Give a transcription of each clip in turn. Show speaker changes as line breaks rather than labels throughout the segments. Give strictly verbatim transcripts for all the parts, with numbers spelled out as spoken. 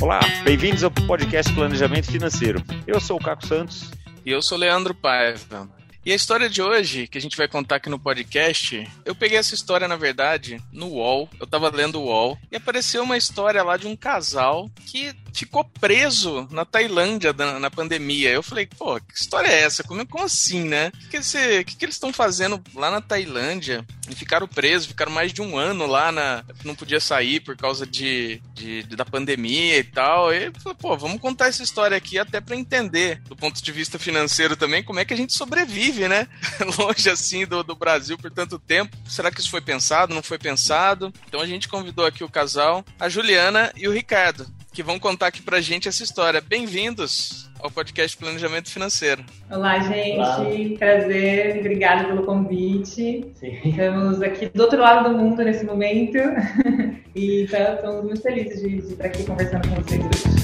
Olá, bem-vindos ao podcast Planejamento Financeiro. Eu sou o Caco Santos.
E eu sou o Leandro Paiva. E a história de hoje, que a gente vai contar aqui no podcast, eu peguei essa história, na verdade, no U O L. Eu tava lendo o U O L e apareceu uma história lá de um casal que ficou preso na Tailândia na, na pandemia. Eu falei, pô, que história é essa? Como, como assim, né? O que, que, esse, que, que eles estão fazendo lá na Tailândia? E ficaram presos, ficaram mais de um ano lá, na, não podia sair por causa de, de, da pandemia e tal. E eu falei, pô, vamos contar essa história aqui até pra entender, do ponto de vista financeiro também, como é que a gente sobrevive, né? Longe assim do, do Brasil por tanto tempo. Será que isso foi pensado? Não foi pensado? Então a gente convidou aqui o casal, a Juliana e o Ricardo, que vão contar aqui pra gente essa história. Bem-vindos ao podcast Planejamento Financeiro.
Olá, gente. Olá. Prazer. Obrigada pelo convite.
Sim.
Estamos aqui do outro lado do mundo nesse momento e tá, estamos muito felizes de, de estar aqui conversando com vocês hoje.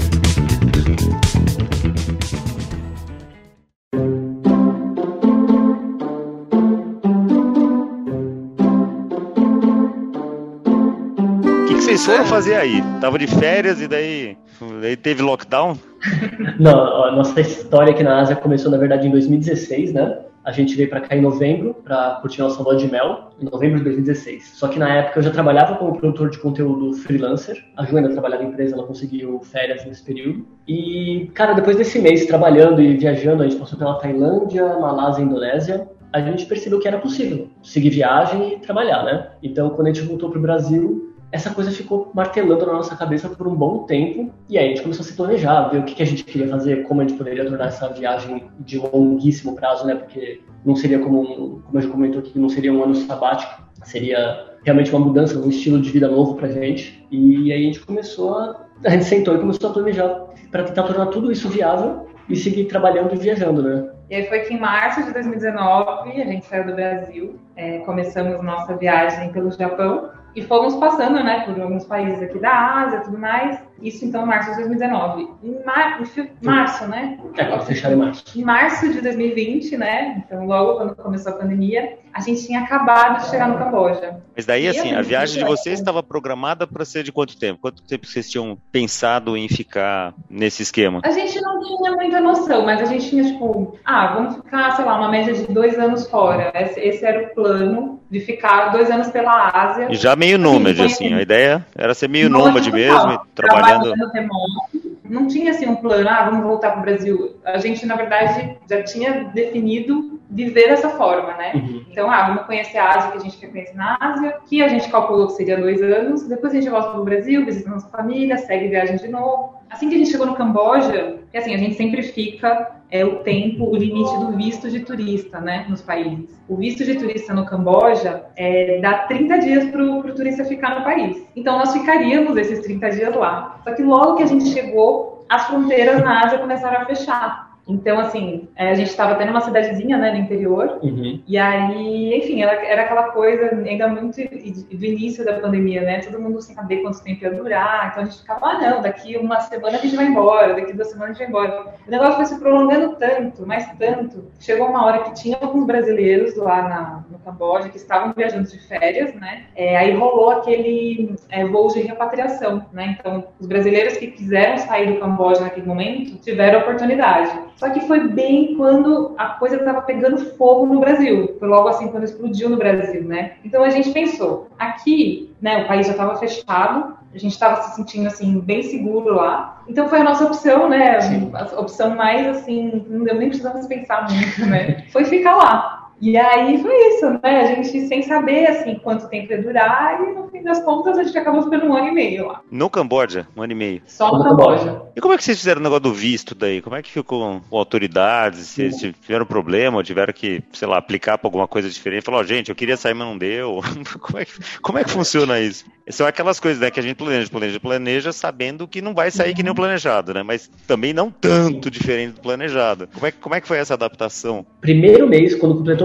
O que, que vocês foram fazer aí? Tava de férias e daí, daí teve lockdown?
Não, a nossa história aqui na Ásia começou, na verdade, em dois mil e dezesseis, né? A gente veio para cá em novembro, para curtir nossa lua de mel, em novembro de dois mil e dezesseis. Só que na época eu já trabalhava como produtor de conteúdo freelancer. A Ju ainda trabalhava em empresa, ela conseguiu férias nesse período. E, cara, depois desse mês trabalhando e viajando, a gente passou pela Tailândia, Malásia e Indonésia. A gente percebeu que era possível seguir viagem e trabalhar, né? Então, quando a gente voltou pro Brasil, essa coisa ficou martelando na nossa cabeça por um bom tempo, e aí a gente começou a se planejar, ver o que a gente queria fazer, como a gente poderia tornar essa viagem de longuíssimo prazo, né? Porque não seria como, como a gente comentou aqui, não seria um ano sabático, seria realmente uma mudança, um estilo de vida novo pra gente. E aí a gente começou a, a gente sentou e começou a planejar para tentar tornar tudo isso viável e seguir trabalhando e viajando, né?
E aí foi que em março de dois mil e dezenove a gente saiu do Brasil, é, começamos nossa viagem pelo Japão e fomos passando, né, por alguns países aqui da Ásia e tudo mais. Isso então em março de dois mil e dezenove. Em mar... março, né?
É, pode fechar em março.
Em março de dois mil e vinte, né? Então logo quando começou a pandemia, a gente tinha acabado de chegar no Camboja.
Mas daí,
e
assim,
a,
a viagem de vocês estava programada para ser de quanto tempo? Quanto tempo vocês tinham pensado em ficar nesse esquema?
A gente não tinha muita noção, mas a gente tinha, tipo, ah, vamos ficar, sei lá, uma média de dois anos fora. Esse, esse era o plano, de ficar dois anos pela Ásia.
E já meio nômade, assim, assim, a ideia era ser meio nômade mesmo, trabalhando...
trabalhando remoto. Não tinha, assim, um plano, ah, vamos voltar para o Brasil. A gente, na verdade, já tinha definido viver dessa forma, né?
Uhum.
Então, ah, vamos conhecer a Ásia, que a gente quer conhecer na Ásia, que a gente calculou que seria dois anos, depois a gente volta para o Brasil, visita nossa família, segue viagem de novo. Assim que a gente chegou no Camboja, que assim, a gente sempre fica é, o tempo, o limite do visto de turista, né, nos países. O visto de turista no Camboja é, dá trinta dias para o turista ficar no país. Então, nós ficaríamos esses trinta dias lá. Só que logo que a gente chegou, as fronteiras na Ásia começaram a fechar. Então, assim, a gente estava até numa cidadezinha, né, no interior,
uhum.
E aí, enfim, era, era aquela coisa ainda muito do início da pandemia, né, todo mundo sem saber quanto tempo ia durar, então a gente ficava, ah, não, daqui uma semana a gente vai embora, daqui duas semanas a gente vai embora. O negócio foi se prolongando tanto, mas tanto, chegou uma hora que tinha alguns brasileiros lá na, no Camboja que estavam viajando de férias, né, é, aí rolou aquele é, voo de repatriação, né, então os brasileiros que quiseram sair do Camboja naquele momento tiveram a oportunidade. Só que foi bem quando a coisa estava pegando fogo no Brasil. Foi logo assim quando explodiu no Brasil, né? Então a gente pensou, aqui, né, o país já estava fechado, a gente estava se sentindo assim bem seguro lá. Então foi a nossa opção, né?
Sim.
A opção mais assim, não deu nem precisamos pensar muito, né? Foi ficar lá. E aí foi isso, né? A gente sem saber, assim, quanto tempo ia durar e no fim das contas a gente acabou ficando um ano e meio lá.
No Camboja? Um ano e meio?
Só no Camboja.
E como é que vocês fizeram o negócio do visto daí? Como é que ficou com autoridades? Se eles tiveram problema ou tiveram que, sei lá, aplicar para alguma coisa diferente? Falou, oh, gente, eu queria sair, mas não deu. como, é que, como é que funciona isso? São aquelas coisas, né, que a gente planeja, planeja, planeja, sabendo que não vai sair que nem o planejado, né? Mas também não tanto diferente do planejado. Como é, como é que foi essa adaptação?
Primeiro mês, quando completou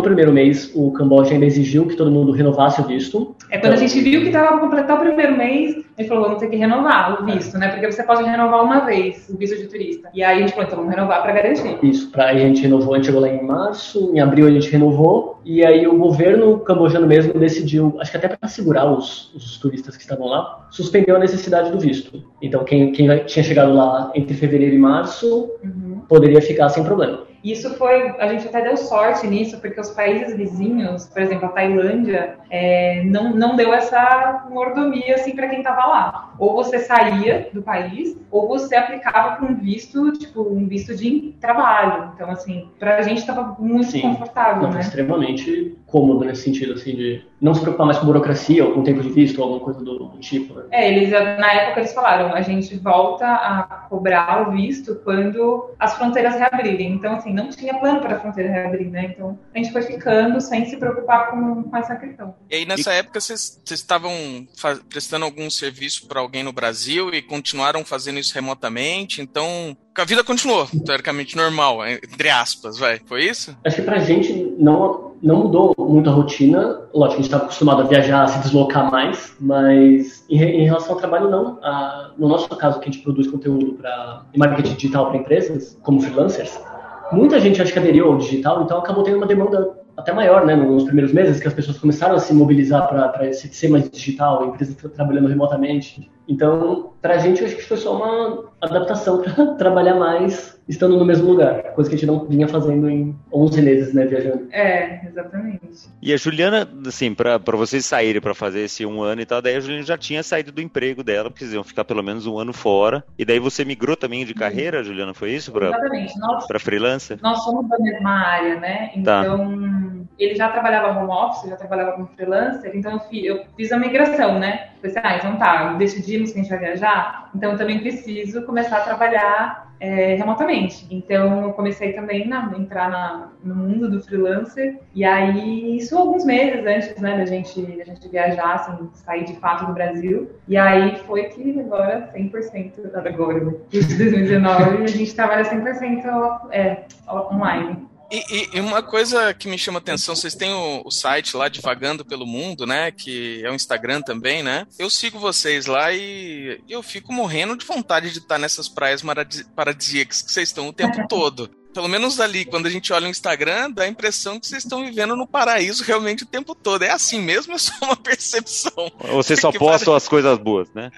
primeiro mês, o Camboja ainda exigiu que todo mundo renovasse o visto.
É quando então, a gente viu que estava para completar o primeiro mês, a gente falou, vamos ter que renovar o visto, é. né? Porque você pode renovar uma vez o visto de turista. E aí a gente falou, então vamos renovar para garantir.
Isso, pra, aí a gente renovou, a gente chegou lá em março, em abril a gente renovou, e aí o governo cambojano mesmo decidiu, acho que até para segurar os, os turistas que estavam lá, suspendeu a necessidade do visto. Então quem, quem tinha chegado lá entre fevereiro e março, uhum. poderia ficar sem problema.
Isso foi, a gente até deu sorte nisso, porque os países vizinhos, por exemplo, a Tailândia, é, não, não deu essa mordomia assim para quem estava lá. Ou você saía do país, ou você aplicava para um visto, tipo, um visto de trabalho. Então, assim, pra gente estava muito Sim, confortável, né?
Extremamente cômodo nesse sentido, assim, de não se preocupar mais com burocracia ou com tempo de visto ou alguma coisa do, do tipo, né?
É, eles, na época eles falaram, a gente volta a cobrar o visto quando as fronteiras reabrirem. Então, assim, não tinha plano para a fronteira reabrir, né? Então, a gente foi ficando sem se preocupar com, com essa questão.
E aí, nessa e... época, vocês estavam prestando algum serviço para alguém no Brasil e continuaram fazendo isso remotamente, então a vida continuou, teoricamente normal, entre aspas, vai. Foi isso?
Acho que pra gente não, não mudou muito a rotina. Lógico, a gente estava acostumado a viajar, a se deslocar mais, mas em, em relação ao trabalho, não. A, no nosso caso, que a gente produz conteúdo para marketing digital para empresas, como freelancers, muita gente acho que aderiu ao digital, então acabou tendo uma demanda até maior, né, nos primeiros meses, que as pessoas começaram a se mobilizar para ser mais digital, empresas trabalhando remotamente. Então, para a gente, eu acho que foi só uma adaptação para trabalhar mais estando no mesmo lugar, coisa que a gente não vinha fazendo em onze meses, né, viajando.
É, exatamente.
E a Juliana, assim, para vocês saírem para fazer esse um ano e tal, daí a Juliana já tinha saído do emprego dela, porque eles iam ficar pelo menos um ano fora, e daí você migrou também de carreira, Juliana, foi isso? Pra,
exatamente.
Para freelancer?
Nós somos da mesma área, né, então... Tá. Ele já trabalhava home office, já trabalhava como freelancer, então eu fiz, eu fiz a migração, né? Falei assim, ah, então tá, decidimos que a gente vai viajar, então eu também preciso começar a trabalhar é, remotamente. Então eu comecei também a entrar na, no mundo do freelancer, e aí isso alguns meses antes, né, da gente, da gente viajar, assim, sair de fato do Brasil, e aí foi que agora cem por cento, agora, desde dois mil e dezenove, a gente trabalha cem por cento é, online.
E, e, e uma coisa que me chama atenção, vocês têm o, o site lá, Divagando pelo Mundo, né, que é o Instagram também, né? Eu sigo vocês lá e eu fico morrendo de vontade de estar nessas praias paradisíacas que vocês estão o tempo todo. Pelo menos ali, quando a gente olha o Instagram, dá a impressão que vocês estão vivendo no paraíso realmente o tempo todo. É assim mesmo, é só uma percepção.
Vocês só postam as coisas boas, né?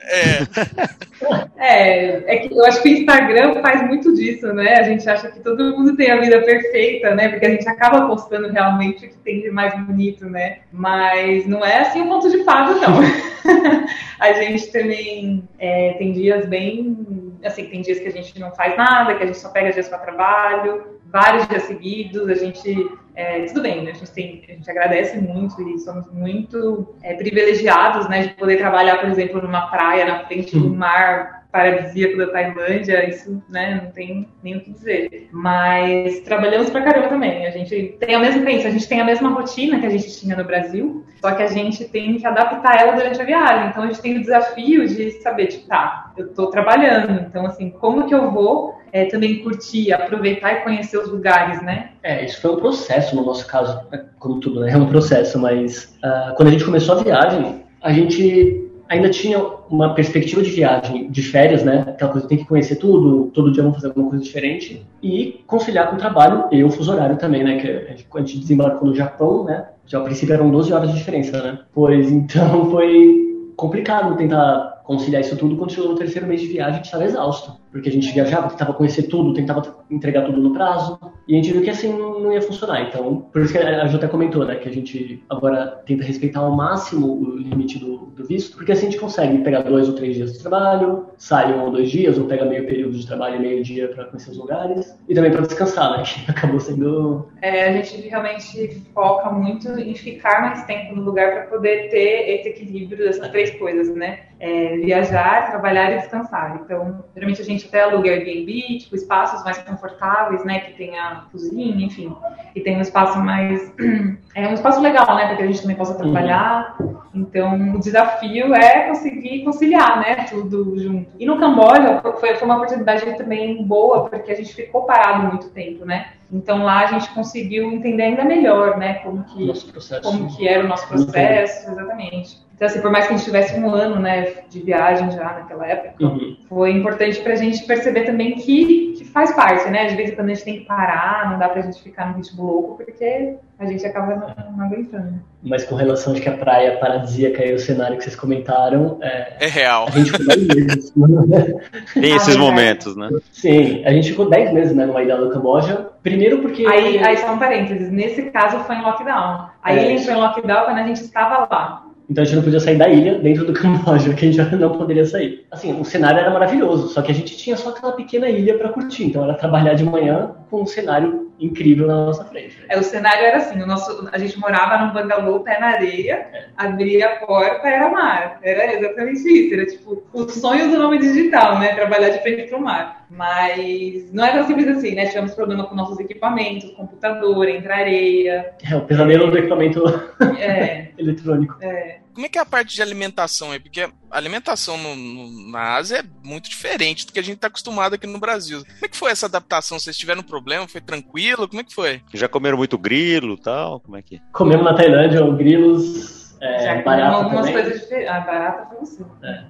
É.
é, é que eu acho que o Instagram faz muito disso, né? A gente acha que todo mundo tem a vida perfeita, né? Porque a gente acaba postando realmente o que tem de mais bonito, né? Mas não é assim um conto de fada, não. A gente também é, tem dias bem... Assim, tem dias que a gente não faz nada, que a gente só pega dias para trabalho, vários dias seguidos, a gente... É, tudo bem, né? a, gente tem, a gente agradece muito e somos muito é, privilegiados, né, de poder trabalhar, por exemplo, numa praia na frente do mar paradisíaco da Tailândia, isso, né, não tem nem o que dizer. Mas trabalhamos pra caramba também. A gente tem o mesmo penso, a gente tem a mesma rotina que a gente tinha no Brasil, só que a gente tem que adaptar ela durante a viagem. Então a gente tem o desafio de saber, tipo, tá, eu tô trabalhando, então assim, como que eu vou é, também curtir, aproveitar e conhecer os lugares, né?
É, isso foi um processo no nosso caso, como tudo, né? É um processo, mas uh, quando a gente começou a viagem, a gente ainda tinha uma perspectiva de viagem, de férias, né? Aquela coisa, tem que conhecer tudo, todo dia vamos fazer alguma coisa diferente, e conciliar com o trabalho e o fuso horário também, né? Que a gente, a gente desembarcou no Japão, né? Já a princípio eram doze horas de diferença, né? Pois então foi complicado tentar conciliar isso tudo. Quando chegou no terceiro mês de viagem, a gente estava exausto, porque a gente viajava, tentava conhecer tudo, tentava entregar tudo no prazo, e a gente viu que assim não ia funcionar. Então, por isso que a Ju até comentou, né, que a gente agora tenta respeitar ao máximo o limite do, do visto, porque assim a gente consegue pegar dois ou três dias de trabalho, sai um ou dois dias, ou pega meio período de trabalho e meio dia para conhecer os lugares, e também para descansar, né, que acabou sendo...
É, a gente realmente foca muito em ficar mais tempo no lugar para poder ter esse equilíbrio dessas três coisas, né, é, viajar, trabalhar e descansar. Então, geralmente a gente até aluga Airbnb, tipo, espaços mais confortáveis, né, que tem a cozinha, enfim, e tem um espaço mais... É um espaço legal, né, para que a gente também possa trabalhar. Uhum. Então, o desafio é conseguir conciliar, né, tudo junto. E no Camboja foi, foi uma oportunidade também boa, porque a gente ficou parado muito tempo, né? Então, lá a gente conseguiu entender ainda melhor, né, como que, como que era o nosso processo, exatamente. Então, assim, por mais que a gente tivesse um ano, né, de viagem já naquela época, uhum. foi importante pra gente perceber também que, que faz parte, né? De vez em quando a gente tem que parar, não dá pra gente ficar no ritmo louco, porque a gente acaba não, não aguentando.
Mas com relação de que a praia paradisíaca e o cenário que vocês comentaram... É,
é real.
A gente ficou dez meses.
Tem esses ah, momentos, né?
Sim, a gente ficou dez meses, né, numa ilha do Camboja. Primeiro porque...
Aí, aí só um parênteses, nesse caso foi em lockdown. A ilha entrou em lockdown quando a gente estava lá.
Então a gente não podia sair da ilha dentro do Camboja, que a gente não poderia sair. Assim, o cenário era maravilhoso, só que a gente tinha só aquela pequena ilha para curtir. Então era trabalhar de manhã com um cenário incrível na nossa frente. Né?
É, o cenário era assim, o nosso, a gente morava num bangalô, pé na areia, é. abria a porta, era mar. Era exatamente isso, era tipo o sonho do nome digital, né? Trabalhar de frente pro mar. Mas não era simples assim, né? Tivemos problema com nossos equipamentos, computador, entra areia.
É, o pesadelo é. do equipamento é. eletrônico.
É.
Como é que é a parte de alimentação aí? Porque a alimentação no, no, na Ásia é muito diferente do que a gente está acostumado aqui no Brasil. Como é que foi essa adaptação? Vocês tiveram problema? Foi tranquilo? Como é que foi?
Já comeram muito grilo e tal? Como é que...
Comemos na Tailândia grilos, é,
Já
barata
algumas
também.
coisas diferentes. Ah, barata foi você.
É.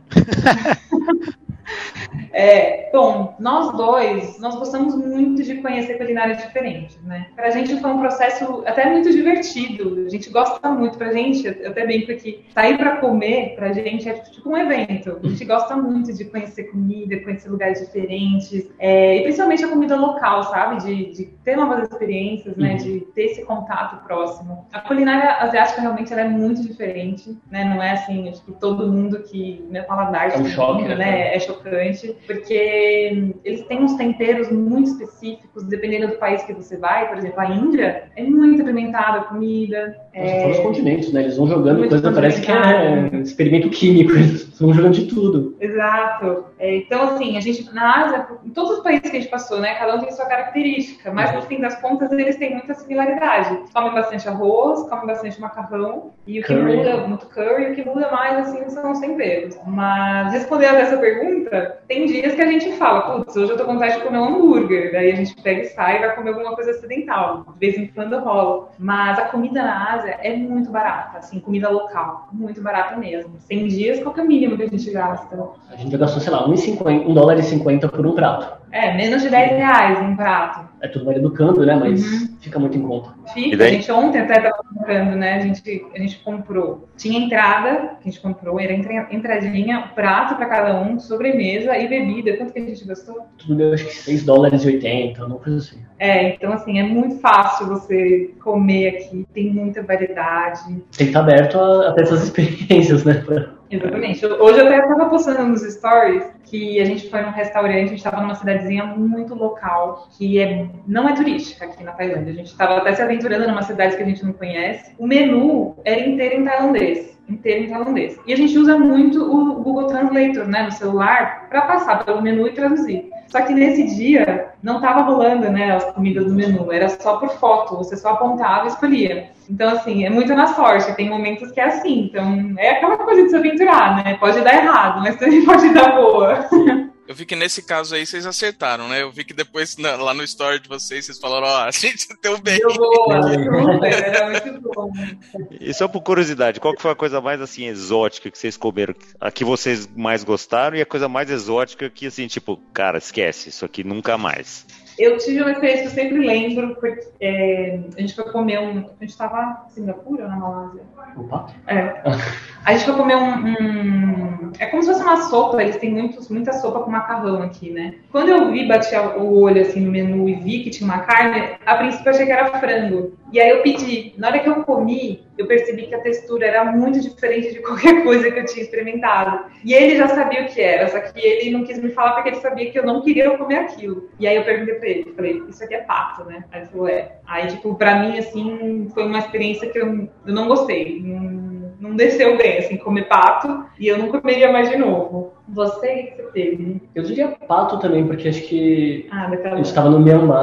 É, bom, nós dois, nós gostamos muito de conhecer culinárias diferentes, né? Pra gente foi um processo até muito divertido, a gente gosta muito, pra gente, eu até brinco aqui, sair pra comer, pra gente é tipo um evento, a gente gosta muito de conhecer comida, conhecer lugares diferentes, é, e principalmente a comida local, sabe? De, de ter novas experiências, né? De ter esse contato próximo. A culinária asiática realmente ela é muito diferente, né? Não é assim, acho que todo mundo que, meu paladar,
é um choque,
mundo,
né?
né? É chocante. Porque eles têm uns temperos muito específicos, dependendo do país que você vai. Por exemplo, a Índia é muito apimentada a comida.
Nossa, é... os continentes, né? Eles vão jogando muito coisa, parece que é experimento químico, eles vão jogando de tudo.
Exato. É, então, assim, a gente, na Ásia, em todos os países que a gente passou, né? Cada um tem sua característica, mas no fim das contas eles têm muita similaridade. Comem bastante arroz, comem bastante macarrão, e o que
curry.
muda, muito curry, o que muda mais, assim, são os temperos. Mas, respondendo a essa pergunta, tem dias que a gente fala, putz, hoje eu tô com vontade de comer um hambúrguer, daí a gente pega e sai e vai comer alguma coisa ocidental, de vez em quando rola. Mas a comida na Ásia é muito barata, assim, comida local, muito barata mesmo. Tem dias, qual que é o mínimo que a gente gasta?
A gente gastou, sei lá, um dólar e cinquenta por um prato.
É, menos de dez reais um prato.
É tudo vai educando, né, mas uhum. fica muito em conta.
Fica, a gente ontem até estava comprando, né, a gente, a gente comprou, tinha entrada, que a gente comprou, era entradinha, prato para cada um, sobremesa e bebida. Quanto que a gente gastou?
Tudo deu, acho que seis dólares e oitenta, uma coisa assim.
É, então assim, é muito fácil você comer aqui, tem muita variedade.
Tem que estar aberto a, a ter essas experiências, né?
Exatamente. Hoje eu até estava postando nos stories que a gente foi num restaurante, a gente estava numa cidadezinha muito local, que é, não é turística aqui na Tailândia. A gente estava até se aventurando numa cidade que a gente não conhece. O menu era inteiro em tailandês. inteiro em tailandês. E a gente usa muito o Google Translator, né, no celular, para passar pelo menu e traduzir. Só que nesse dia não estava rolando, né, as comidas do menu, era só por foto, você só apontava e escolhia. Então, assim, é muito na sorte, tem momentos que é assim, então é aquela coisa de se aventurar, né, pode dar errado, mas também pode dar boa.
Eu vi que nesse caso aí vocês acertaram, né? Eu vi que depois na, lá no story de vocês, vocês falaram, ó, oh, a gente deu bem.
Deu boa, super, era muito bom.
E só por curiosidade, qual que foi a coisa mais, assim, exótica que vocês comeram? A que vocês mais gostaram e a coisa mais exótica que, assim, tipo, cara, esquece, isso aqui nunca mais.
Eu tive uma experiência que eu sempre lembro, porque é, a gente foi comer um... A gente estava em Singapura ou na Malásia?
Opa!
É. A gente foi comer um, um... É como se fosse uma sopa, eles têm muitos, muita sopa com macarrão aqui, né? Quando eu vi, bati o olho assim no menu e vi que tinha uma carne, a princípio eu achei que era frango. E aí eu pedi. Na hora que eu comi, eu percebi que a textura era muito diferente de qualquer coisa que eu tinha experimentado. E ele já sabia o que era, só que ele não quis me falar porque ele sabia que eu não queria comer aquilo. E aí eu perguntei pra ele, falei, isso aqui é pato, né? Aí ele falou, é. Aí, tipo, pra mim, assim, foi uma experiência que eu, eu não gostei. Não, não desceu bem, assim, comer pato. E eu não comeria mais de novo. Você, o que você teve?
Eu diria pato também, porque acho que
ah,
a gente estava no Myanmar.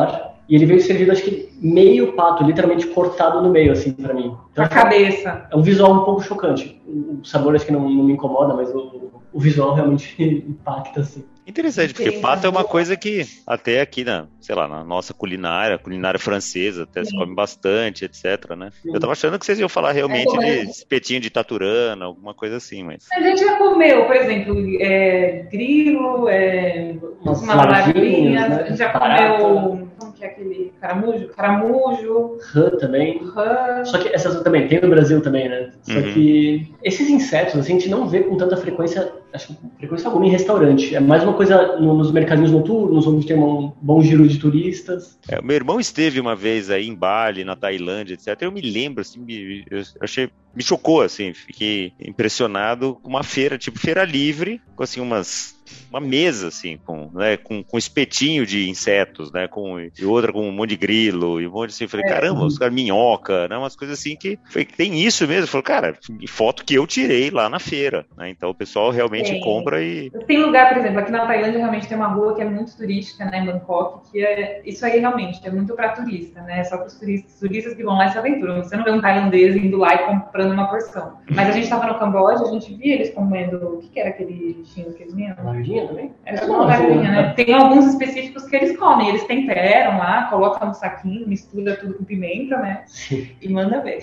E ele veio servido, acho que meio pato, literalmente cortado no meio, assim, pra mim. Então,
a cabeça.
É um visual um pouco chocante. O sabor acho que não, não me incomoda, mas o, o visual realmente impacta, assim.
Interessante, porque pato é uma coisa que até aqui, na, sei lá, na nossa culinária, culinária francesa, até Sim. se come bastante, etcétera, né? Sim. Eu tava achando que vocês iam falar realmente é, de espetinho de taturana, alguma coisa assim, mas...
A gente já comeu, por exemplo, é, grilo, é, uma larvinha, né? A gente já comeu... Como que é aquele caramujo? Caramujo.
Rã também.
Rã.
Só que essas também, tem no Brasil também, né? Só
uhum.
que esses insetos, assim, a gente não vê com tanta frequência, acho que frequência alguma em restaurante. É mais uma coisa no, nos mercadinhos noturnos, onde tem um bom giro de turistas.
É, meu irmão esteve uma vez aí em Bali, na Tailândia, etcétera. Eu me lembro, assim, me, eu achei, me chocou, assim, fiquei impressionado com uma feira, tipo feira livre, com assim umas... uma mesa, assim, com, né, com, com espetinho de insetos, né, com, e outra com um monte de grilo, e um monte assim, eu falei, é. caramba, os caras, minhoca, né, umas coisas assim que, falei, tem isso mesmo, eu falei, cara, foto que eu tirei lá na feira, né, então o pessoal realmente
tem.
compra e...
Tem lugar, por exemplo, aqui na Tailândia realmente tem uma rua que é muito turística, né, em Bangkok, que é, isso aí realmente é muito pra turista, né, só para os turistas, turistas que vão lá e se aventuram, você não vê um tailandês indo lá e comprando uma porção, mas a gente tava no Camboja, a gente via eles comendo, o que que era aquele bichinho que eles vinham?
Larvinha também?
É uma larvinha, né? Tem alguns específicos que eles comem, eles temperam lá, colocam no saquinho, mistura tudo com pimenta, né?
Sim.
E manda ver.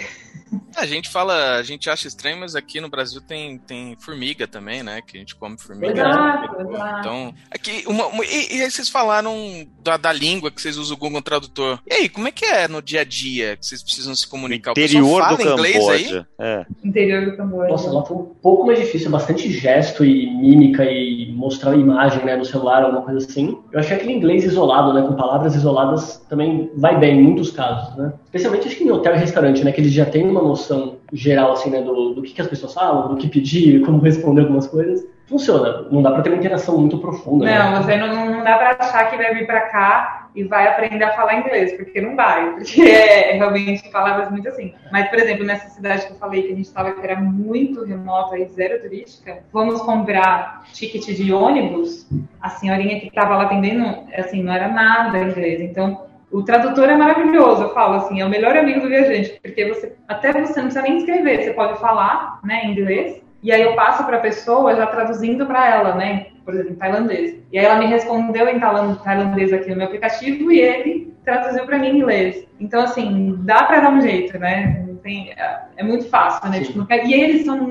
A gente fala, a gente acha estranho, mas aqui no Brasil tem, tem formiga também, né? Que a gente come formiga.
Exato, exato.
Então, aqui, uma, uma, e, e aí vocês falaram da, da língua que vocês usam o Google Tradutor. E aí, como é que é no dia a dia que vocês precisam se comunicar?
Interior
o
do
inglês
Camboja.
Aí?
É.
Interior do Camboja.
Nossa, lá foi um pouco mais difícil, bastante gesto e mímica e mostrar a imagem, né, no celular, alguma coisa assim. Eu achei aquele inglês isolado, né, com palavras isoladas, também vai bem em muitos casos, né? Especialmente acho que em hotel e restaurante, né, que eles já têm uma noção geral, assim, né, do, do que, que as pessoas falam, do que pedir, como responder algumas coisas. Funciona, não dá pra ter uma interação muito profunda.
Não,
né?
você não, não dá pra achar que vai vir pra cá e vai aprender a falar inglês, porque não vai, porque é realmente palavras muito assim. Mas, por exemplo, nessa cidade que eu falei que a gente estava, que era muito remota e zero turística, vamos comprar ticket de ônibus, a senhorinha que estava lá atendendo, assim, não era nada inglês, então... O tradutor é maravilhoso, eu falo assim, é o melhor amigo do viajante, porque você, até você não precisa nem escrever, você pode falar, né, em inglês, e aí eu passo para a pessoa já traduzindo para ela, né, por exemplo, em tailandês. E aí ela me respondeu em tailandês aqui no meu aplicativo e ele traduziu para mim em inglês. Então, assim, dá para dar um jeito, né, tem, é, é muito fácil, né, tipo, e eles são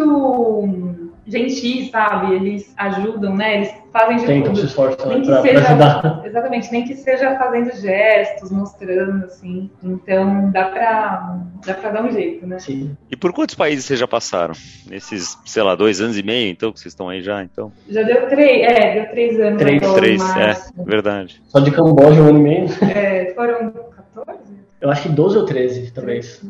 muito... gentis, sabe? Eles ajudam, né? Eles fazem de
Tentam
tudo.
se esforçam
nem que
pra,
seja,
pra ajudar.
Exatamente, nem que seja fazendo gestos, mostrando, assim. Então, dá pra, dá pra dar um jeito, né?
Sim.
E por quantos países vocês já passaram? Nesses, sei lá, dois anos e meio, então, que vocês estão aí já, então?
Já deu três, é, deu três anos.
Três,
agora,
três,
mas...
é, verdade.
Só de Camboja um ano e meio?
É, foram quatorze?
Eu acho que doze ou treze, talvez.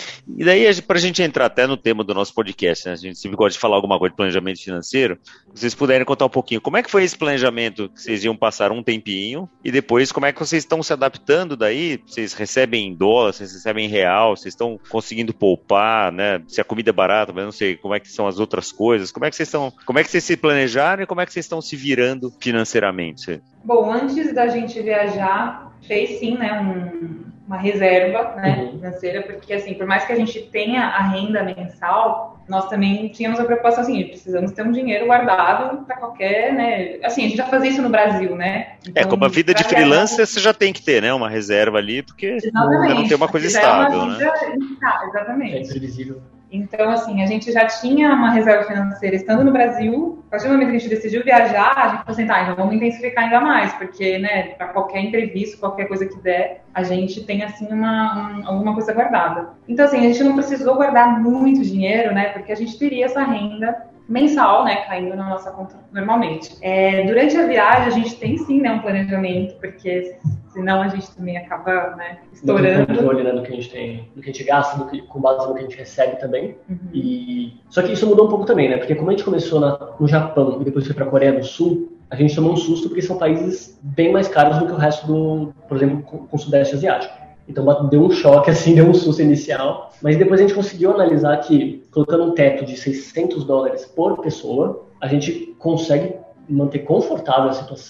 E daí, para a gente entrar até no tema do nosso podcast, né? A gente sempre gosta de falar alguma coisa de planejamento financeiro, vocês puderem contar um pouquinho, como é que foi esse planejamento que vocês iam passar um tempinho, e depois como é que vocês estão se adaptando daí? Vocês recebem em dólar, vocês recebem em real, vocês estão conseguindo poupar, né? Se a comida é barata, mas não sei, como é que são as outras coisas, como é que vocês estão, como é que vocês se planejaram e como é que vocês estão se virando financeiramente?
Bom, antes da gente viajar, fez sim, né, um... uma reserva, né,
uhum.
financeira, porque assim, por mais que a gente tenha a renda mensal, nós também tínhamos a preocupação assim, precisamos ter um dinheiro guardado para qualquer, né, assim, a gente já fazia isso no Brasil, né.
Então, é, como a vida de freelancer, você já tem que ter, né, uma reserva ali, porque você não tem uma coisa estável,
é uma vida,
né.
Ah, exatamente.
É imprevisível.
Então, assim, a gente já tinha uma reserva financeira estando no Brasil. A partir do momento que a gente decidiu viajar, a gente falou assim, tá, então vamos intensificar ainda mais, porque, né, para qualquer imprevisto, qualquer coisa que der, a gente tem, assim, uma, um, alguma coisa guardada. Então, assim, a gente não precisou guardar muito dinheiro, né, porque a gente teria essa renda mensal, né, caindo na nossa conta normalmente. É, durante a viagem, a gente tem, sim, né, um planejamento, porque... senão a gente também acaba, né, estourando.
Tem controle, né, do que a gente tem, do que a gente gasta, do que, com base no que a gente recebe também.
Uhum.
E... Só que isso mudou um pouco também, né? Porque como a gente começou na, no Japão e depois foi para a Coreia do Sul, a gente tomou um susto porque são países bem mais caros do que o resto do, por exemplo, com, com o Sudeste Asiático. Então deu um choque, assim, deu um susto inicial. Mas depois a gente conseguiu analisar que, colocando um teto de seiscentos dólares por pessoa, a gente consegue manter confortável a situação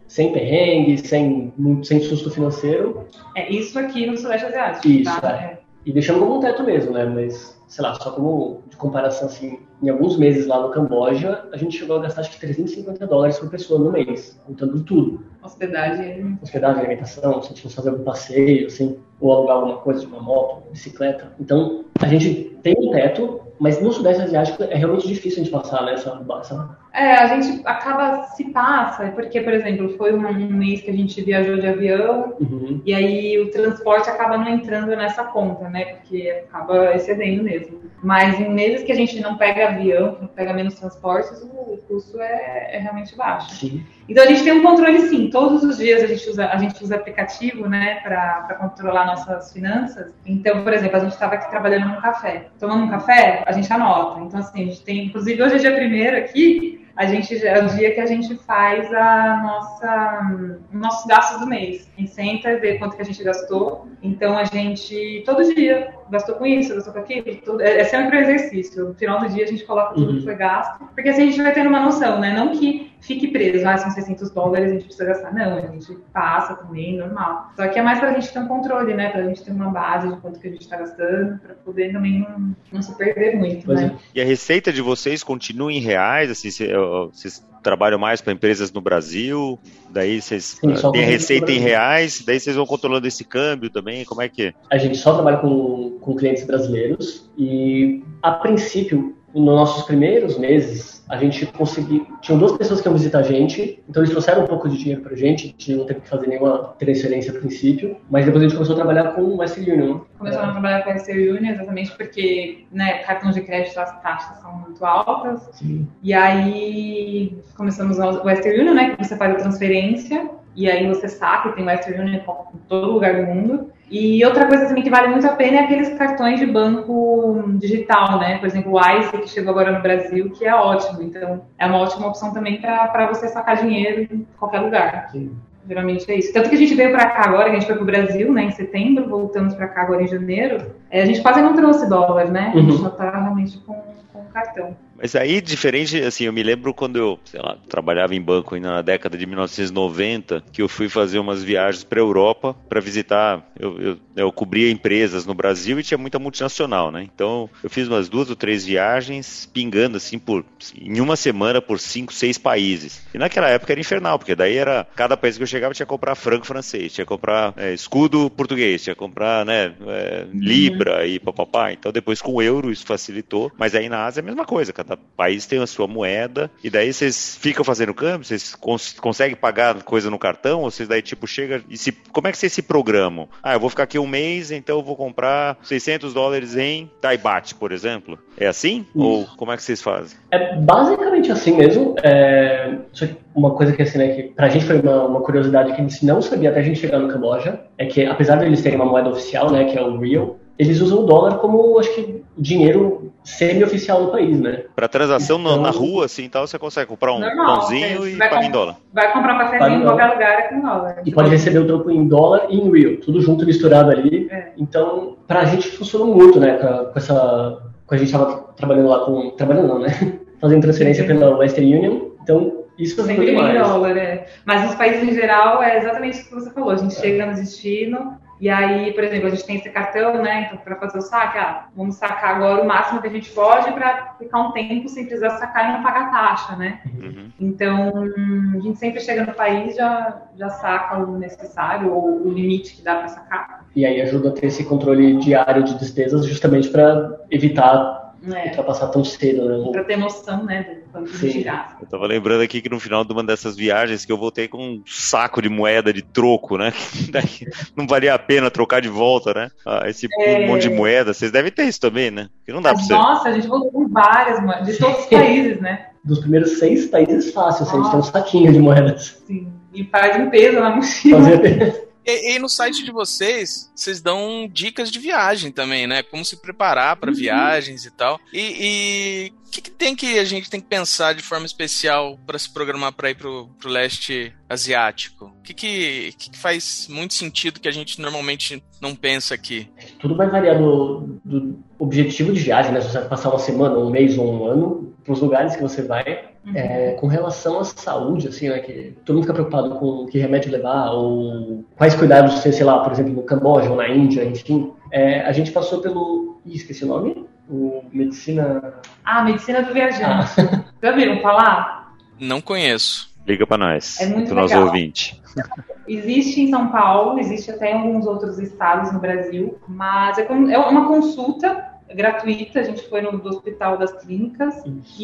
sem perrengue, sem, sem susto financeiro.
É isso aqui no Sudeste Asiático.
Isso,
tá?
é. E deixando como um teto mesmo, né? Mas, sei lá, só como de comparação, assim, em alguns meses lá no Camboja, a gente chegou a gastar acho que trezentos e cinquenta dólares por pessoa no mês, contando tudo.
Hospedagem.
Hospedagem, alimentação, se a gente fosse fazer algum passeio, assim, ou alugar alguma coisa de uma moto, uma bicicleta. Então, a gente tem um teto, mas no Sudeste Asiático é realmente difícil a gente passar nessa... Essa...
É, a gente acaba se passa, porque, por exemplo, foi um, um mês que a gente viajou de avião, uhum. e aí o transporte acaba não entrando nessa conta, né? Porque acaba excedendo mesmo. Mas em meses que a gente não pega avião, que não pega menos transportes, o custo é, é realmente baixo.
Sim.
Então a gente tem um controle, sim. Todos os dias a gente usa, a gente usa aplicativo, né, para controlar nossas finanças. Então, por exemplo, a gente estava aqui trabalhando num café. Tomando um café, a gente anota. Então, assim, a gente tem, inclusive hoje é dia primeiro aqui, a gente, é o dia que a gente faz a nossa, nossos gastos do mês. A gente senta, vê quanto que a gente gastou. Então, a gente, todo dia, gastou com isso, gastou com aquilo. Tudo, é, é sempre um exercício. No final do dia, a gente coloca tudo uhum. que foi gasto. Porque assim a gente vai tendo uma noção, né? Não que fique preso, ah, são seiscentos dólares, a gente precisa gastar. Não, a gente passa também, normal. Só que é mais pra gente ter um controle, né? Pra gente ter uma base de quanto que a gente tá gastando, pra poder também não, não se perder muito, pois né?
É. E a receita de vocês continua em reais? Assim, vocês trabalham mais para empresas no Brasil? Daí vocês têm a receita em reais? Daí vocês vão controlando esse câmbio também? Como é que é?
A gente só trabalha com, com clientes brasileiros e, a princípio, nos nossos primeiros meses, a gente conseguiu... Tinham duas pessoas que iam visitar a gente, então eles trouxeram um pouco de dinheiro pra gente, a gente não teve que fazer nenhuma transferência a princípio, mas depois a gente começou a trabalhar com o Western Union.
Começamos é. a trabalhar com o Western Union exatamente porque, né, cartões de crédito, as taxas são muito altas.
Sim.
E aí começamos o Western Union, né, que você faz a transferência, e aí você saca que tem o Western Union em todo lugar do mundo. E outra coisa também que vale muito a pena é aqueles cartões de banco digital, né? Por exemplo, o Wise, que chegou agora no Brasil, que é ótimo. Então, é uma ótima opção também para você sacar dinheiro em qualquer lugar.
Sim.
Geralmente é isso. Tanto que a gente veio para cá agora, que a gente foi pro Brasil, né, em setembro, voltamos para cá agora em janeiro. É, a gente quase não trouxe dólar, né? A gente
uhum.
só tá realmente com, com cartão.
Mas aí, diferente, assim, eu me lembro quando eu, sei lá, trabalhava em banco ainda na década de mil novecentos e noventa, que eu fui fazer umas viagens para a Europa para visitar, eu, eu, eu cobria empresas no Brasil e tinha muita multinacional, né? Então, eu fiz umas duas ou três viagens pingando, assim, por, em uma semana por cinco, seis países. E naquela época era infernal, porque daí era, cada país que eu chegava tinha que comprar franco francês, tinha que comprar é, escudo português, tinha que comprar, né, é, libra uhum. e papapá. Então, depois com o euro isso facilitou, mas aí na Ásia é a mesma coisa, cada país tem a sua moeda, e daí vocês ficam fazendo câmbio, vocês cons- conseguem pagar coisa no cartão, ou vocês daí tipo chega e se, como é que vocês se programam? Ah, eu vou ficar aqui um mês, então eu vou comprar seiscentos dólares em Taibat, por exemplo. É assim? Isso. Ou como é que vocês fazem?
É basicamente assim mesmo. É... Uma coisa que, assim, né, que pra gente foi uma, uma curiosidade que a gente não sabia até a gente chegar no Camboja, é que apesar de eles terem uma moeda oficial, né, que é o Riel, eles usam o dólar como, acho que, dinheiro semi-oficial do país, né?
Pra transação então, na rua, assim, tal, você consegue comprar um normal, pãozinho e pagar em dólar.
Vai comprar um cafezinho em qualquer lugar é com dólar.
E pode receber o troco em dólar e em Riel, tudo junto, misturado ali. É. Então, pra gente funcionou muito, né, com, com essa... Quando a gente tava trabalhando lá com... Trabalhando não, né? Fazendo transferência pela Western Union, então... Isso
sempre em dólar, é. Mas nos países em geral é exatamente isso que você falou. A gente é. chega no destino e aí, por exemplo, a gente tem esse cartão, né? Então, para fazer o saque, ah, vamos sacar agora o máximo que a gente pode para ficar um tempo sem precisar sacar e não pagar taxa, né? Uhum. Então, a gente sempre chega no país já já saca o necessário ou o limite que dá para sacar.
E aí ajuda a ter esse controle diário de despesas, justamente para evitar É. ultrapassar tão cedo, né?
Pra ter noção, né, do quanto a gente gasta.
Eu tava lembrando aqui que no final de uma dessas viagens que eu voltei com um saco de moeda de troco, né? Não valia a pena trocar de volta, né? Ah, esse é... monte de moeda, vocês devem ter isso também, né? Porque não dá
Mas,
pra
nossa, você... a gente voltou com várias moedas, de todos os países, né?
Dos primeiros seis países fácil, assim, a gente tem um saquinho de moedas.
Sim, e faz limpeza na mochila.
Fazer...
E, e no site de vocês, vocês dão dicas de viagem também, né? Como se preparar para uhum. viagens e tal. E o que, que tem que a gente tem que pensar de forma especial para se programar para ir pro, pro leste asiático? O que, que, que, que faz muito sentido que a gente normalmente não pensa aqui?
Tudo vai variar do, do objetivo de viagem, né? Se você vai passar uma semana, um mês ou um ano, para os lugares que você vai. Uhum. É, com relação à saúde, assim, né, que todo mundo fica preocupado com que remédio levar ou quais cuidados ter, sei lá, por exemplo, no Camboja ou na Índia, enfim. É, a gente passou pelo... Ih, esqueci o nome? O Medicina...
Ah, Medicina do Viajante. Ah. Já viram falar?
Não conheço.
Liga para nós,
é muito
do nosso ouvinte.
Existe em São Paulo, existe até em alguns outros estados no Brasil, mas é uma consulta gratuita. A gente foi no do Hospital das Clínicas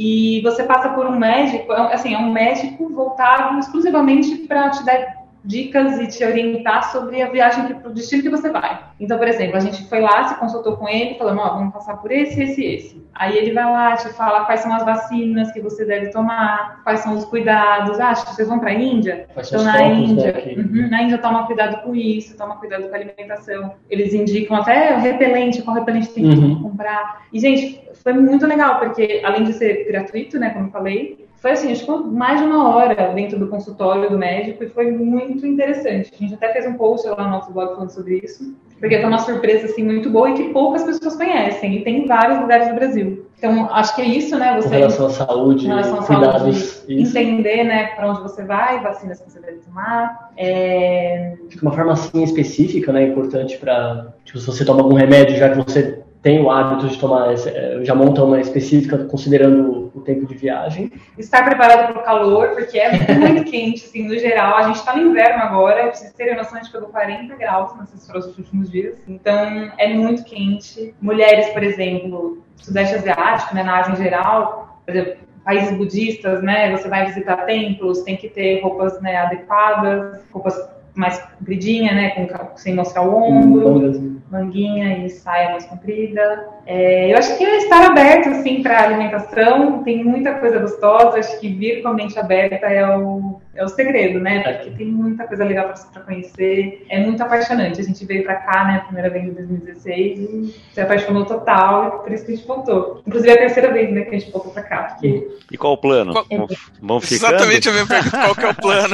e você passa por um médico, assim, é um médico voltado exclusivamente para te dar dicas e te orientar sobre a viagem, que, o destino que você vai. Então, por exemplo, a gente foi lá, se consultou com ele, falando, ó, vamos passar por esse, esse, esse. Aí ele vai lá, te fala quais são as vacinas que você deve tomar, quais são os cuidados. Ah, acho que vocês vão para a Índia? Então, na Índia, uhum, na Índia toma cuidado com isso, toma cuidado com a alimentação. Eles indicam até o repelente, qual repelente tem que uhum. comprar. E, gente, foi muito legal, porque além de ser gratuito, né, como eu falei, foi assim, a gente ficou mais de uma hora dentro do consultório do médico e foi muito interessante. A gente até fez um post lá no nosso blog falando sobre isso, porque foi uma surpresa assim, muito boa e que poucas pessoas conhecem, e tem em vários lugares do Brasil. Então, acho que é isso, né? Você,
com relação à saúde,
com relação à
cuidados,
saúde, entender, né, para onde você vai, vacinas que você deve tomar. É...
Uma farmacinha específica, né, importante para, tipo, se você toma algum remédio, já que você tem o hábito de tomar, já monta uma específica considerando o tempo de viagem.
Estar preparado para o calor, porque é muito quente, assim, no geral. A gente está no inverno agora, pra vocês terem noção, a gente pegou quarenta graus nesses últimos dias. Então, é muito quente. Mulheres, por exemplo, Sudeste Asiático, né, na Ásia em geral, por exemplo, países budistas, né, você vai visitar templos, tem que ter roupas, né, adequadas, roupas mais compridinha, né, com, sem mostrar o ombro, hum, manguinha e saia mais comprida. É, eu acho que é estar aberto, assim, para alimentação, tem muita coisa gostosa, acho que vir com a mente aberta é o, é o segredo, né, porque tem muita coisa legal para conhecer, é muito apaixonante. A gente veio para cá, né, a primeira vez em dois mil e dezesseis e se apaixonou total, e por isso que a gente voltou. Inclusive é a terceira vez, né, que a gente voltou para cá. Porque...
E qual o plano? Qual... Vão ficando?
Exatamente a minha pergunta, qual que é o plano?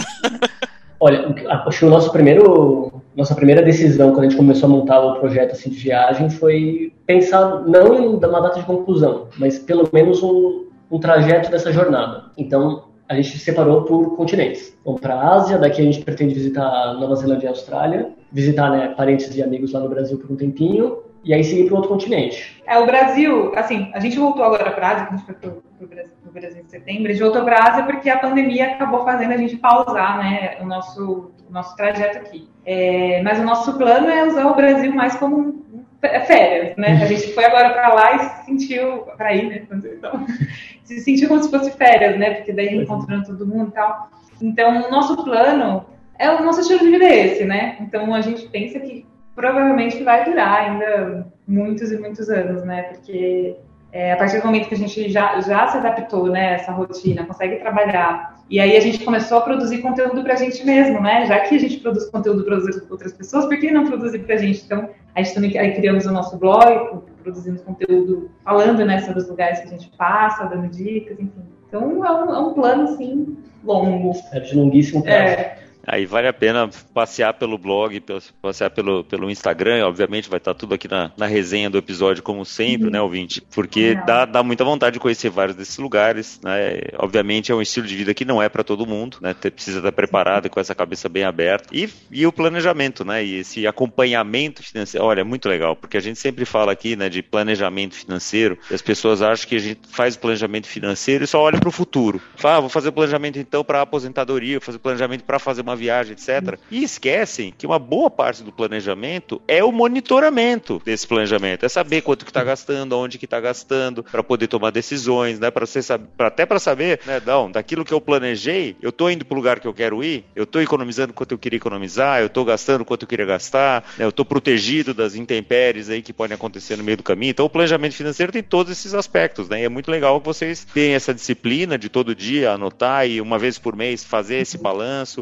Olha, acho que o nosso primeiro, nossa primeira decisão quando a gente começou a montar o projeto assim, de viagem foi pensar não em uma data de conclusão, mas pelo menos um, um trajeto dessa jornada. Então, a gente separou por continentes. Vamos para a Ásia, daqui a gente pretende visitar Nova Zelândia e Austrália, visitar, né, parentes e amigos lá no Brasil por um tempinho, e aí seguir para outro continente.
É, o Brasil, assim, a gente voltou agora para a Ásia, a gente foi para o Brasil, Brasil em setembro, a gente voltou para a Ásia porque a pandemia acabou fazendo a gente pausar, né, o nosso, o nosso trajeto aqui. É, mas o nosso plano é usar o Brasil mais como férias, né? A gente foi agora para lá e se sentiu, para ir, né, então, se sentiu como se fosse férias, né, porque daí encontrando todo mundo e tal. Então, o nosso plano, é o nosso estilo de vida é esse, né? Então, a gente pensa que provavelmente vai durar ainda muitos e muitos anos, né? Porque é, a partir do momento que a gente já, já se adaptou, né, a essa rotina, consegue trabalhar, e aí a gente começou a produzir conteúdo pra gente mesmo, né? Já que a gente produz conteúdo para outras pessoas, por que não produzir pra gente? Então, a gente também aí criamos o nosso blog, produzindo conteúdo, falando, né, sobre os lugares que a gente passa, dando dicas, enfim. Então, é um, é um plano, assim, longo.
É de longuíssimo prazo. É.
Aí vale a pena passear pelo blog, passear pelo, pelo Instagram, obviamente vai estar tudo aqui na, na resenha do episódio, como sempre, uhum. né, ouvinte? Porque dá, dá muita vontade de conhecer vários desses lugares, né? Obviamente é um estilo de vida que não é para todo mundo, né? Precisa estar preparado e com essa cabeça bem aberta. E, e o planejamento, né? E esse acompanhamento financeiro, olha, é muito legal, porque a gente sempre fala aqui, né, de planejamento financeiro, e as pessoas acham que a gente faz planejamento financeiro e só olha para o futuro. Fala, ah, vou fazer planejamento então para aposentadoria, vou fazer planejamento para fazer uma viagem, etcétera. E esquecem que uma boa parte do planejamento é o monitoramento desse planejamento, é saber quanto que está gastando, onde que está gastando, para poder tomar decisões, né? Para você saber, até para saber, né, não, daquilo que eu planejei, eu estou indo para o lugar que eu quero ir, eu estou economizando quanto eu queria economizar, eu estou gastando quanto eu queria gastar, né, eu estou protegido das intempéries aí que podem acontecer no meio do caminho. Então o planejamento financeiro tem todos esses aspectos, né? E é muito legal que vocês tenham essa disciplina de todo dia anotar e uma vez por mês fazer esse balanço. Muito bacana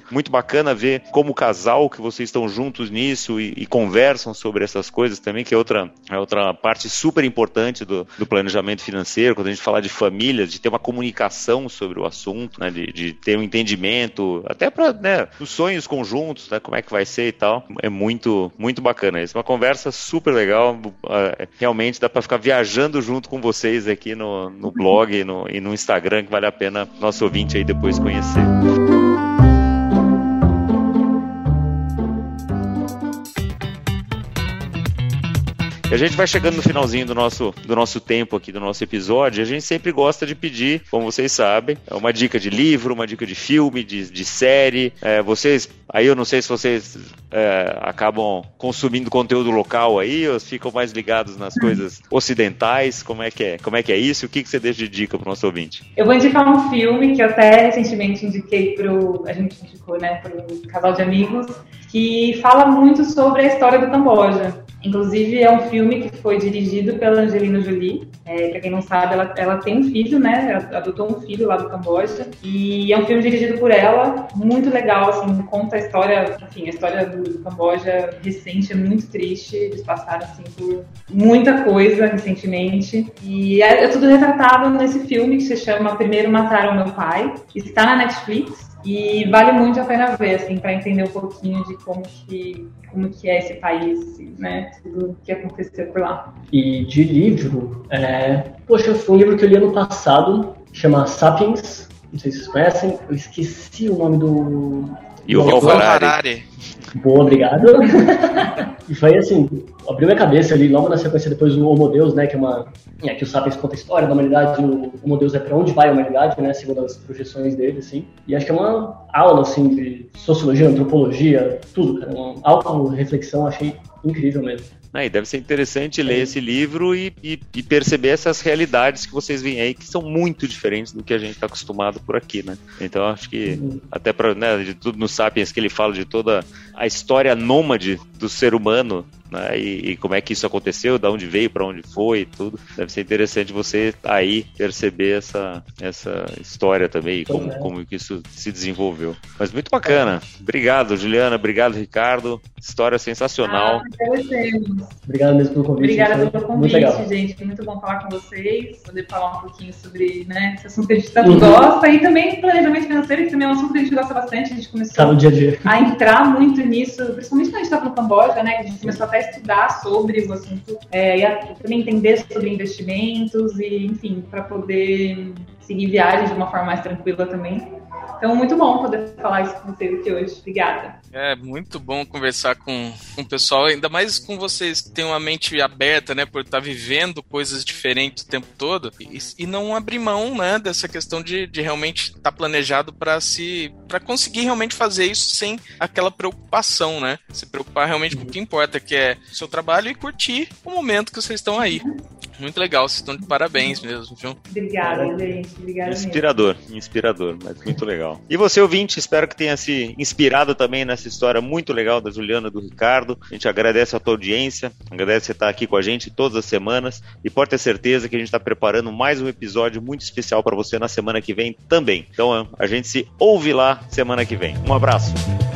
bacana ver como casal que vocês estão juntos nisso e, e conversam sobre essas coisas também, que é outra, é outra parte super importante do, do planejamento financeiro, quando a gente fala de família, de ter uma comunicação sobre o assunto, né, de, de ter um entendimento, até para, né, os sonhos conjuntos, né, como é que vai ser e tal. É muito, muito bacana isso. Uma conversa super legal, uh, realmente dá para ficar viajando junto com vocês aqui no, no blog e no, e no Instagram, que vale a pena nosso ouvinte aí depois conhecer. E a gente vai chegando no finalzinho do nosso, do nosso tempo aqui, do nosso episódio, e a gente sempre gosta de pedir, como vocês sabem, uma dica de livro, uma dica de filme, de, de série. É, vocês, aí eu não sei se vocês é, acabam consumindo conteúdo local aí, ou ficam mais ligados nas coisas ocidentais, como é que é, como é, que é isso? O que, que você deixa de dica para o nosso ouvinte?
Eu vou indicar um filme que eu até recentemente indiquei pro, a gente indicou, né, para um casal de amigos, que fala muito sobre a história do Camboja. Inclusive, é um filme que foi dirigido pela Angelina Jolie. É, para quem não sabe, ela, ela tem um filho, né? Ela adotou um filho lá do Camboja. E é um filme dirigido por ela, muito legal, assim, conta a história, enfim, a história do, do Camboja recente, é muito triste. Eles passaram, assim, por muita coisa recentemente. E é, é tudo retratado nesse filme que se chama Primeiro Mataram Meu Pai. Está na Netflix. E vale muito a pena ver, assim, para entender um pouquinho de como que, como que é esse país, assim, né? Tudo que aconteceu por lá.
E de livro, é... poxa, foi um livro que eu li ano passado, chama Sapiens, não sei se vocês conhecem, eu esqueci o nome do...
Yuval Harari.
Boa, obrigado. E foi assim, abriu minha cabeça ali, logo na sequência depois do Homo Deus, né, que é uma... É, que o Sapiens conta a história da humanidade, o Homo Deus é pra onde vai a humanidade, né, segundo as projeções dele, assim. E acho que é uma aula, assim, de sociologia, antropologia, tudo, cara. Uma auto-reflexão, achei incrível mesmo.
Ah, e deve ser interessante ler esse livro e, e, e perceber essas realidades que vocês veem aí, que são muito diferentes do que a gente está acostumado por aqui, né? Então, acho que uhum. até para, né, de tudo no Sapiens que ele fala de toda a história nômade do ser humano, né, e, e como é que isso aconteceu, de onde veio, para onde foi e tudo. Deve ser interessante você aí perceber essa, essa história também e como, é. como que isso se desenvolveu. Mas muito bacana. Obrigado, Juliana. Obrigado, Ricardo. História sensacional.
Ah,
Obrigado mesmo pelo convite.
Obrigada pelo convite, gente. Foi muito bom falar com vocês, poder falar um pouquinho sobre, né, esse assunto que a gente tanto uhum. gosta, e também planejamento financeiro, que também é um assunto que a gente gosta bastante. A gente começou
tá no dia a, dia.
a entrar muito nisso, principalmente quando a gente está no Camboja, né, que a gente começou até a estudar sobre o assunto, é, e a, também entender sobre investimentos, e enfim, para poder seguir viagens de uma forma mais tranquila também. Então, muito bom poder falar isso com vocês aqui hoje. Obrigada.
É muito bom conversar com, com o pessoal, ainda mais com vocês que têm uma mente aberta, né, por estar vivendo coisas diferentes o tempo todo, e, e não abrir mão, né, dessa questão de, de realmente estar planejado para se, para conseguir realmente fazer isso sem aquela preocupação, né? Se preocupar realmente com o que importa, que é o seu trabalho, e curtir o momento que vocês estão aí. Muito legal, vocês estão de parabéns mesmo, viu?
Obrigada, gente. Obrigada
inspirador, mesmo. Inspirador, mas muito legal. E você, ouvinte, espero que tenha se inspirado também nessa história muito legal da Juliana e do Ricardo. A gente agradece a tua audiência, agradece você estar aqui com a gente todas as semanas, e pode ter certeza que a gente está preparando mais um episódio muito especial para você na semana que vem também. Então a gente se ouve lá semana que vem. Um abraço.